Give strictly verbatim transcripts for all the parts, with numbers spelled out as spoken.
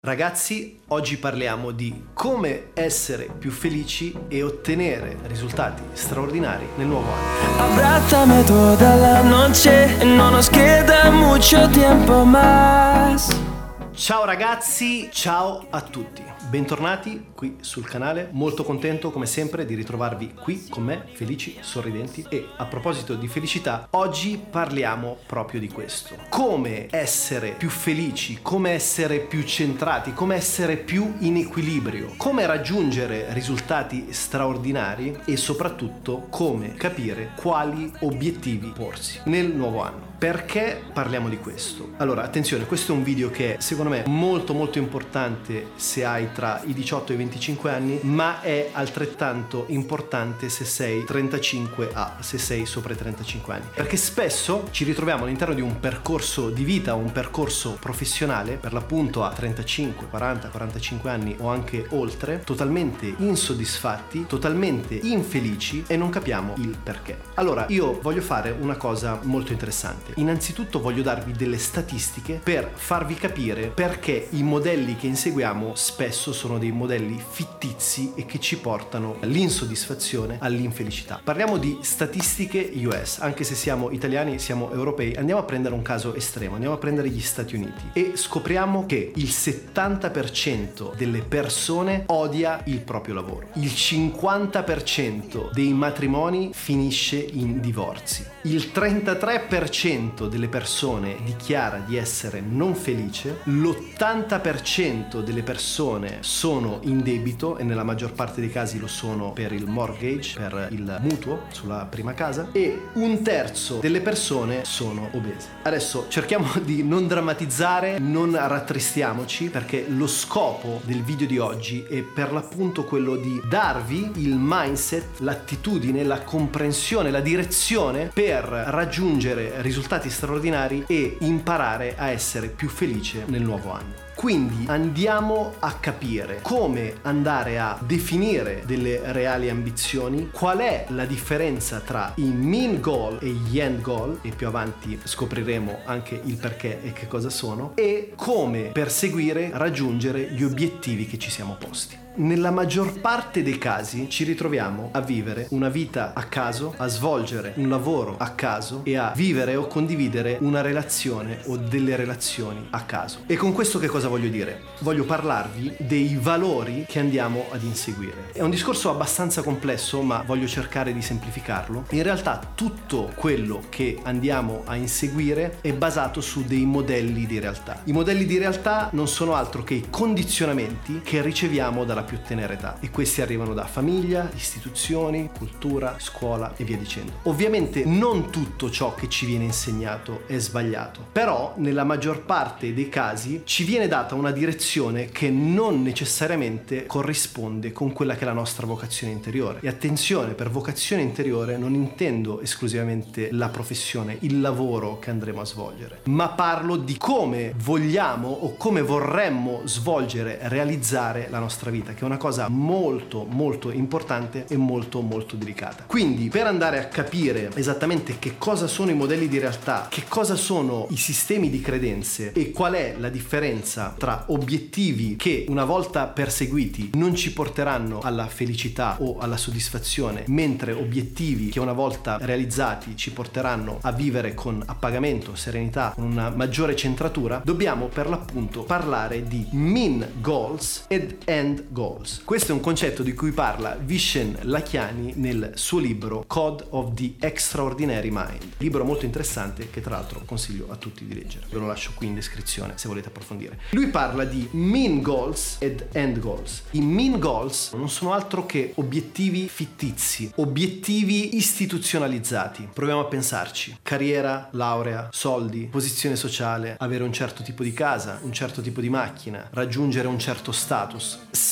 Ragazzi, oggi parliamo di come essere più felici e ottenere risultati straordinari nel nuovo anno. Abrázame toda la noche, no nos queda mucho tiempo más. Ciao ragazzi, ciao a tutti. Bentornati qui sul canale, molto contento come sempre di ritrovarvi qui con me, felici, sorridenti. E a proposito di felicità, oggi parliamo proprio di questo. Come essere più felici, come essere più centrati, come essere più in equilibrio, come raggiungere risultati straordinari e soprattutto come capire quali obiettivi porsi nel nuovo anno. Perché parliamo di questo? Allora, attenzione, questo è un video che secondo me è molto molto importante se hai tra i diciotto e i venticinque anni, ma è altrettanto importante se sei trentacinque a, se sei sopra i trentacinque anni. Perché spesso ci ritroviamo all'interno di un percorso di vita, un percorso professionale, per l'appunto a trentacinque, quaranta, quarantacinque anni o anche oltre, totalmente insoddisfatti, totalmente infelici e non capiamo il perché. Allora, io voglio fare una cosa molto interessante. Innanzitutto voglio darvi delle statistiche per farvi capire perché i modelli che inseguiamo spesso sono dei modelli fittizi e che ci portano all'insoddisfazione, all'infelicità. Parliamo di statistiche U S, anche se siamo italiani, siamo europei, andiamo a prendere un caso estremo, andiamo a prendere gli Stati Uniti e scopriamo che il settanta per cento delle persone odia il proprio lavoro, il cinquanta per cento dei matrimoni finisce in divorzi, il trentatré per cento delle persone dichiara di essere non felice, l'ottanta per cento delle persone sono in debito e nella maggior parte dei casi lo sono per il mortgage, per il mutuo sulla prima casa, e un terzo delle persone sono obese. Adesso cerchiamo di non drammatizzare, non rattristiamoci, perché lo scopo del video di oggi è per l'appunto quello di darvi il mindset, l'attitudine, la comprensione, la direzione per raggiungere risultati straordinari e imparare a essere più felice nel nuovo anno. Quindi andiamo a capire come andare a definire delle reali ambizioni, qual è la differenza tra i mean goal e gli end goal, e più avanti scopriremo anche il perché e che cosa sono, e come perseguire, raggiungere gli obiettivi che ci siamo posti. Nella maggior parte dei casi ci ritroviamo a vivere una vita a caso, a svolgere un lavoro a caso e a vivere o condividere una relazione o delle relazioni a caso. E con questo che cosa voglio dire? Voglio parlarvi dei valori che andiamo ad inseguire. È un discorso abbastanza complesso, ma voglio cercare di semplificarlo. In realtà tutto quello che andiamo a inseguire è basato su dei modelli di realtà. I modelli di realtà non sono altro che i condizionamenti che riceviamo dalla più tenera età, e questi arrivano da famiglia, istituzioni, cultura, scuola e via dicendo. Ovviamente non tutto ciò che ci viene insegnato è sbagliato, però nella maggior parte dei casi ci viene data una direzione che non necessariamente corrisponde con quella che è la nostra vocazione interiore. E attenzione, per vocazione interiore non intendo esclusivamente la professione, il lavoro che andremo a svolgere, ma parlo di come vogliamo o come vorremmo svolgere, realizzare la nostra vita, che è una cosa molto molto importante e molto molto delicata. Quindi, per andare a capire esattamente che cosa sono i modelli di realtà, che cosa sono i sistemi di credenze e qual è la differenza tra obiettivi che una volta perseguiti non ci porteranno alla felicità o alla soddisfazione, mentre obiettivi che una volta realizzati ci porteranno a vivere con appagamento, serenità, con una maggiore centratura, dobbiamo per l'appunto parlare di mean goals ed end goals. Questo è un concetto di cui parla Vishen Lakhiani nel suo libro Code of the Extraordinary Mind, libro molto interessante che tra l'altro consiglio a tutti di leggere. Ve lo lascio qui in descrizione se volete approfondire. Lui parla di mean goals ed end goals. I mean goals non sono altro che obiettivi fittizi, obiettivi istituzionalizzati. Proviamo a pensarci: carriera, laurea, soldi, posizione sociale, avere un certo tipo di casa, un certo tipo di macchina, raggiungere un certo status.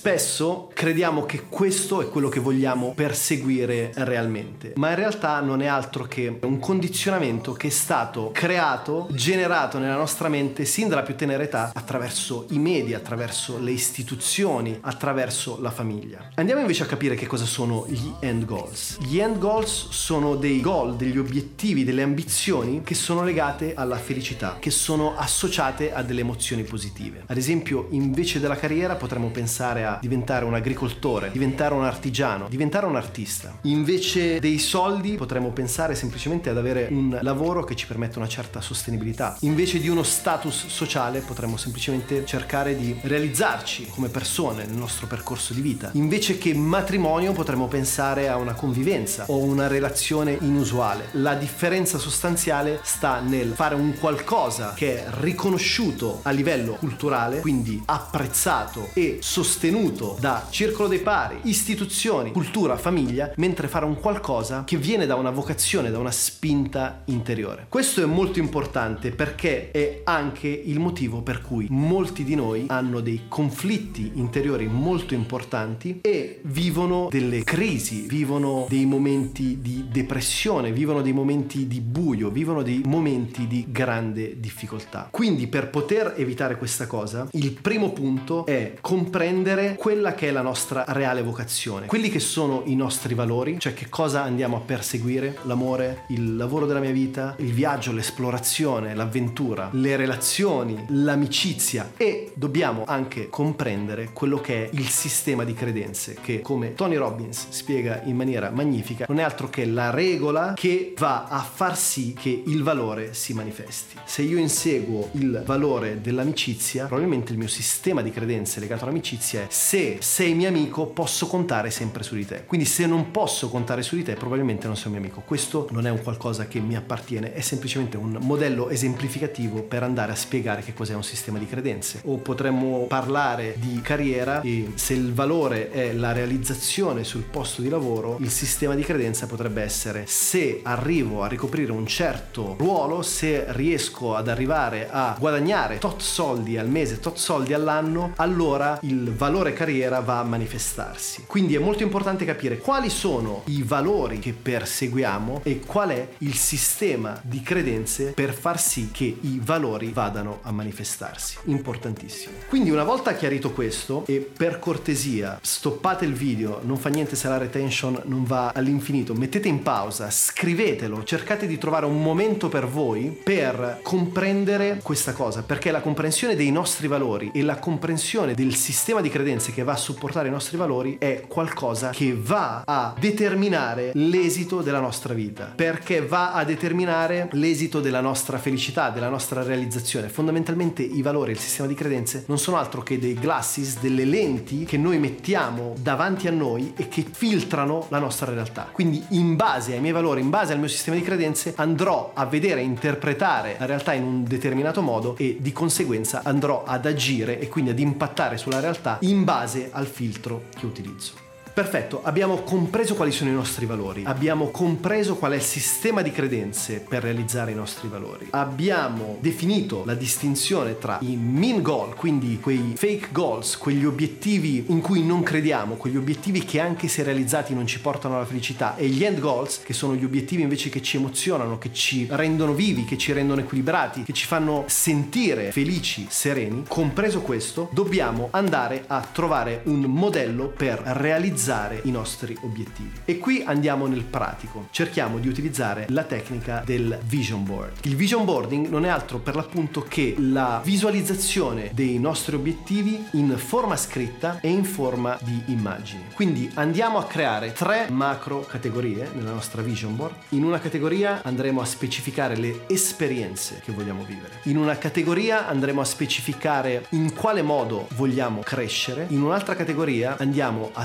Spesso crediamo che questo è quello che vogliamo perseguire realmente, ma in realtà non è altro che un condizionamento che è stato creato, generato nella nostra mente sin dalla più tenera età attraverso i media, attraverso le istituzioni, attraverso la famiglia. Andiamo invece a capire che cosa sono gli end goals. Gli end goals sono dei goal, degli obiettivi, delle ambizioni che sono legate alla felicità, che sono associate a delle emozioni positive. Ad esempio, invece della carriera potremmo pensare a diventare un agricoltore, diventare un artigiano, diventare un artista. Invece dei soldi potremmo pensare semplicemente ad avere un lavoro che ci permette una certa sostenibilità. Invece di uno status sociale potremmo semplicemente cercare di realizzarci come persone nel nostro percorso di vita. Invece che matrimonio potremmo pensare a una convivenza o una relazione inusuale. La differenza sostanziale sta nel fare un qualcosa che è riconosciuto a livello culturale, quindi apprezzato e sostenuto da circolo dei pari, istituzioni, cultura, famiglia, mentre fare un qualcosa che viene da una vocazione, da una spinta interiore. Questo è molto importante perché è anche il motivo per cui molti di noi hanno dei conflitti interiori molto importanti e vivono delle crisi, vivono dei momenti di depressione, vivono dei momenti di buio, vivono dei momenti di grande difficoltà. Quindi per poter evitare questa cosa, il primo punto è comprendere quella che è la nostra reale vocazione, quelli che sono i nostri valori, cioè che cosa andiamo a perseguire: l'amore, il lavoro della mia vita, il viaggio, l'esplorazione, l'avventura, le relazioni, l'amicizia. E dobbiamo anche comprendere quello che è il sistema di credenze che, come Tony Robbins spiega in maniera magnifica, non è altro che la regola che va a far sì che il valore si manifesti. Se io inseguo il valore dell'amicizia, probabilmente il mio sistema di credenze legato all'amicizia è: se sei mio amico posso contare sempre su di te. Quindi se non posso contare su di te, probabilmente non sei un mio amico. Questo non è un qualcosa che mi appartiene, è semplicemente un modello esemplificativo per andare a spiegare che cos'è un sistema di credenze. O potremmo parlare di carriera e se il valore è la realizzazione sul posto di lavoro, il sistema di credenza potrebbe essere: se arrivo a ricoprire un certo ruolo, se riesco ad arrivare a guadagnare tot soldi al mese, tot soldi all'anno, allora il valore carriera va a manifestarsi. Quindi è molto importante capire quali sono i valori che perseguiamo e qual è il sistema di credenze per far sì che i valori vadano a manifestarsi. Importantissimo. Quindi una volta chiarito questo, e per cortesia stoppate il video, non fa niente se la retention non va all'infinito, mettete in pausa, scrivetelo, cercate di trovare un momento per voi per comprendere questa cosa, perché la comprensione dei nostri valori e la comprensione del sistema di credenze che va a supportare i nostri valori è qualcosa che va a determinare l'esito della nostra vita, perché va a determinare l'esito della nostra felicità, della nostra realizzazione. Fondamentalmente i valori e il sistema di credenze non sono altro che dei glasses, delle lenti che noi mettiamo davanti a noi e che filtrano la nostra realtà. Quindi in base ai miei valori, in base al mio sistema di credenze, andrò a vedere e interpretare la realtà in un determinato modo e di conseguenza andrò ad agire e quindi ad impattare sulla realtà in base al filtro che utilizzo. Perfetto, abbiamo compreso quali sono i nostri valori, abbiamo compreso qual è il sistema di credenze per realizzare i nostri valori, abbiamo definito la distinzione tra i mean goal, quindi quei fake goals, quegli obiettivi in cui non crediamo, quegli obiettivi che anche se realizzati non ci portano alla felicità, e gli end goals, che sono gli obiettivi invece che ci emozionano, che ci rendono vivi, che ci rendono equilibrati, che ci fanno sentire felici, sereni. Compreso questo, dobbiamo andare a trovare un modello per realizzare i nostri obiettivi. E qui andiamo nel pratico. Cerchiamo di utilizzare la tecnica del vision board. Il vision boarding non è altro per l'appunto che la visualizzazione dei nostri obiettivi in forma scritta e in forma di immagini. Quindi andiamo a creare tre macro categorie nella nostra vision board. In una categoria andremo a specificare le esperienze che vogliamo vivere. In una categoria andremo a specificare in quale modo vogliamo crescere. In un'altra categoria andiamo a specificare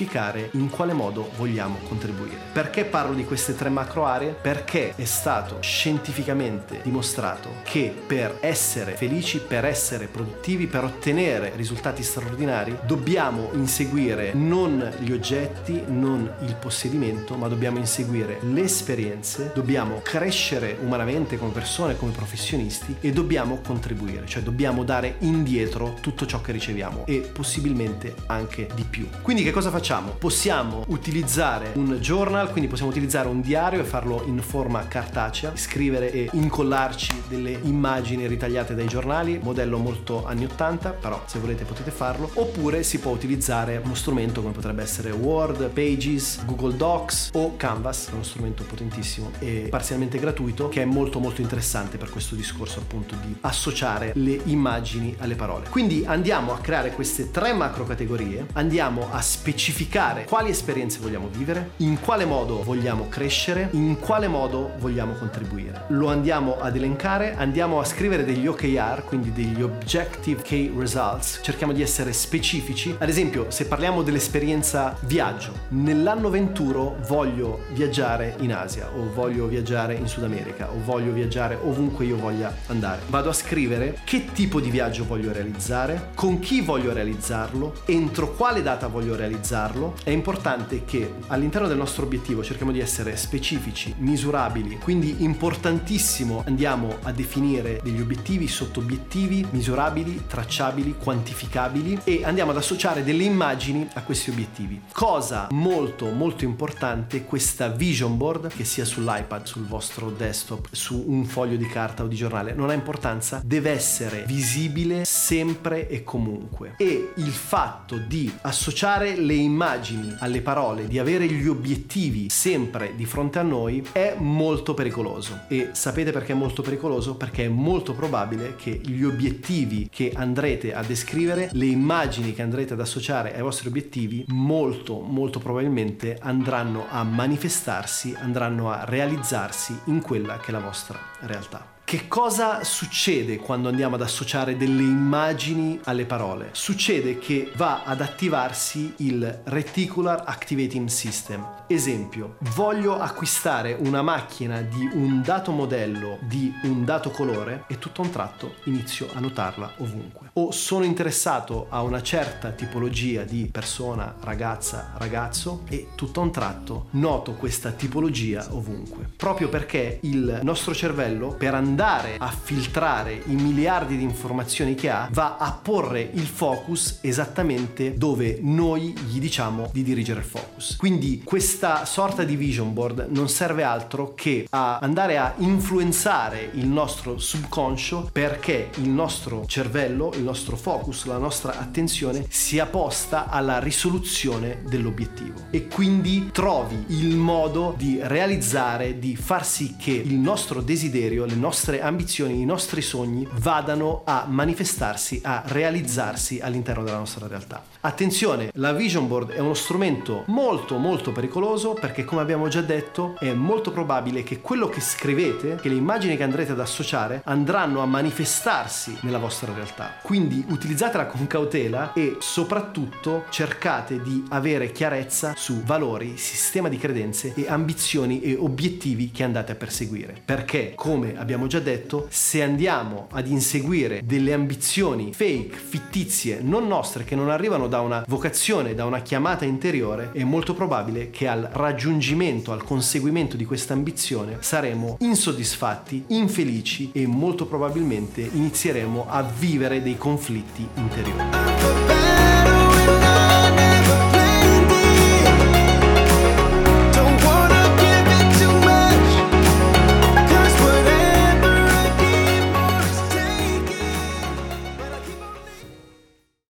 specificare in quale modo vogliamo contribuire. Perché parlo di queste tre macro aree? Perché è stato scientificamente dimostrato che per essere felici, per essere produttivi, per ottenere risultati straordinari, dobbiamo inseguire non gli oggetti, non il possedimento, ma dobbiamo inseguire le esperienze, dobbiamo crescere umanamente come persone, come professionisti e dobbiamo contribuire, cioè dobbiamo dare indietro tutto ciò che riceviamo e possibilmente anche di più. Quindi che cosa facciamo? Possiamo utilizzare un journal, quindi possiamo utilizzare un diario e farlo in forma cartacea, scrivere e incollarci delle immagini ritagliate dai giornali, modello molto anni ottanta, però se volete potete farlo, oppure si può utilizzare uno strumento come potrebbe essere Word, Pages, Google Docs o Canvas, uno strumento potentissimo e parzialmente gratuito che è molto molto interessante per questo discorso appunto di associare le immagini alle parole. Quindi andiamo a creare queste tre macro categorie, andiamo a specificare quali esperienze vogliamo vivere, in quale modo vogliamo crescere, in quale modo vogliamo contribuire. Lo andiamo ad elencare, andiamo a scrivere degli O K R, quindi degli Objective Key Results, cerchiamo di essere specifici. Ad esempio, se parliamo dell'esperienza viaggio, nell'anno venturo voglio viaggiare in Asia o voglio viaggiare in Sud America o voglio viaggiare ovunque io voglia andare. Vado a scrivere che tipo di viaggio voglio realizzare, con chi voglio realizzarlo, entro quale data voglio realizzarlo. È importante che all'interno del nostro obiettivo cerchiamo di essere specifici, misurabili, quindi importantissimo andiamo a definire degli obiettivi, sottobiettivi, misurabili, tracciabili, quantificabili e andiamo ad associare delle immagini a questi obiettivi. Cosa molto molto importante, questa vision board, che sia sull'iPad, sul vostro desktop, su un foglio di carta o di giornale, non ha importanza, deve essere visibile sempre e comunque. E il fatto di associare le immagini alle parole, di avere gli obiettivi sempre di fronte a noi è molto pericoloso. E sapete perché è molto pericoloso? Perché è molto probabile che gli obiettivi che andrete a descrivere, le immagini che andrete ad associare ai vostri obiettivi, molto molto probabilmente andranno a manifestarsi, andranno a realizzarsi in quella che è la vostra realtà. Che cosa succede quando andiamo ad associare delle immagini alle parole? Succede che va ad attivarsi il Reticular Activating System. Esempio, voglio acquistare una macchina di un dato modello, di un dato colore e tutto a un tratto inizio a notarla ovunque. O sono interessato a una certa tipologia di persona, ragazza, ragazzo e tutto a un tratto noto questa tipologia ovunque. Proprio perché il nostro cervello, per andare andare a filtrare i miliardi di informazioni che ha, va a porre il focus esattamente dove noi gli diciamo di dirigere il focus. Quindi questa sorta di vision board non serve altro che a andare a influenzare il nostro subconscio perché il nostro cervello, il nostro focus, la nostra attenzione sia posta alla risoluzione dell'obiettivo e quindi trovi il modo di realizzare, di far sì che il nostro desiderio, le nostre ambizioni, i nostri sogni vadano a manifestarsi, a realizzarsi all'interno della nostra realtà. Attenzione, la vision board è uno strumento molto molto pericoloso perché, come abbiamo già detto, è molto probabile che quello che scrivete, che le immagini che andrete ad associare andranno a manifestarsi nella vostra realtà. Quindi utilizzatela con cautela e soprattutto cercate di avere chiarezza su valori, sistema di credenze e ambizioni e obiettivi che andate a perseguire. Perché, come abbiamo già detto, se andiamo ad inseguire delle ambizioni fake, fittizie, non nostre, che non arrivano da una vocazione, da una chiamata interiore, è molto probabile che al raggiungimento, al conseguimento di questa ambizione saremo insoddisfatti, infelici e molto probabilmente inizieremo a vivere dei conflitti interiori.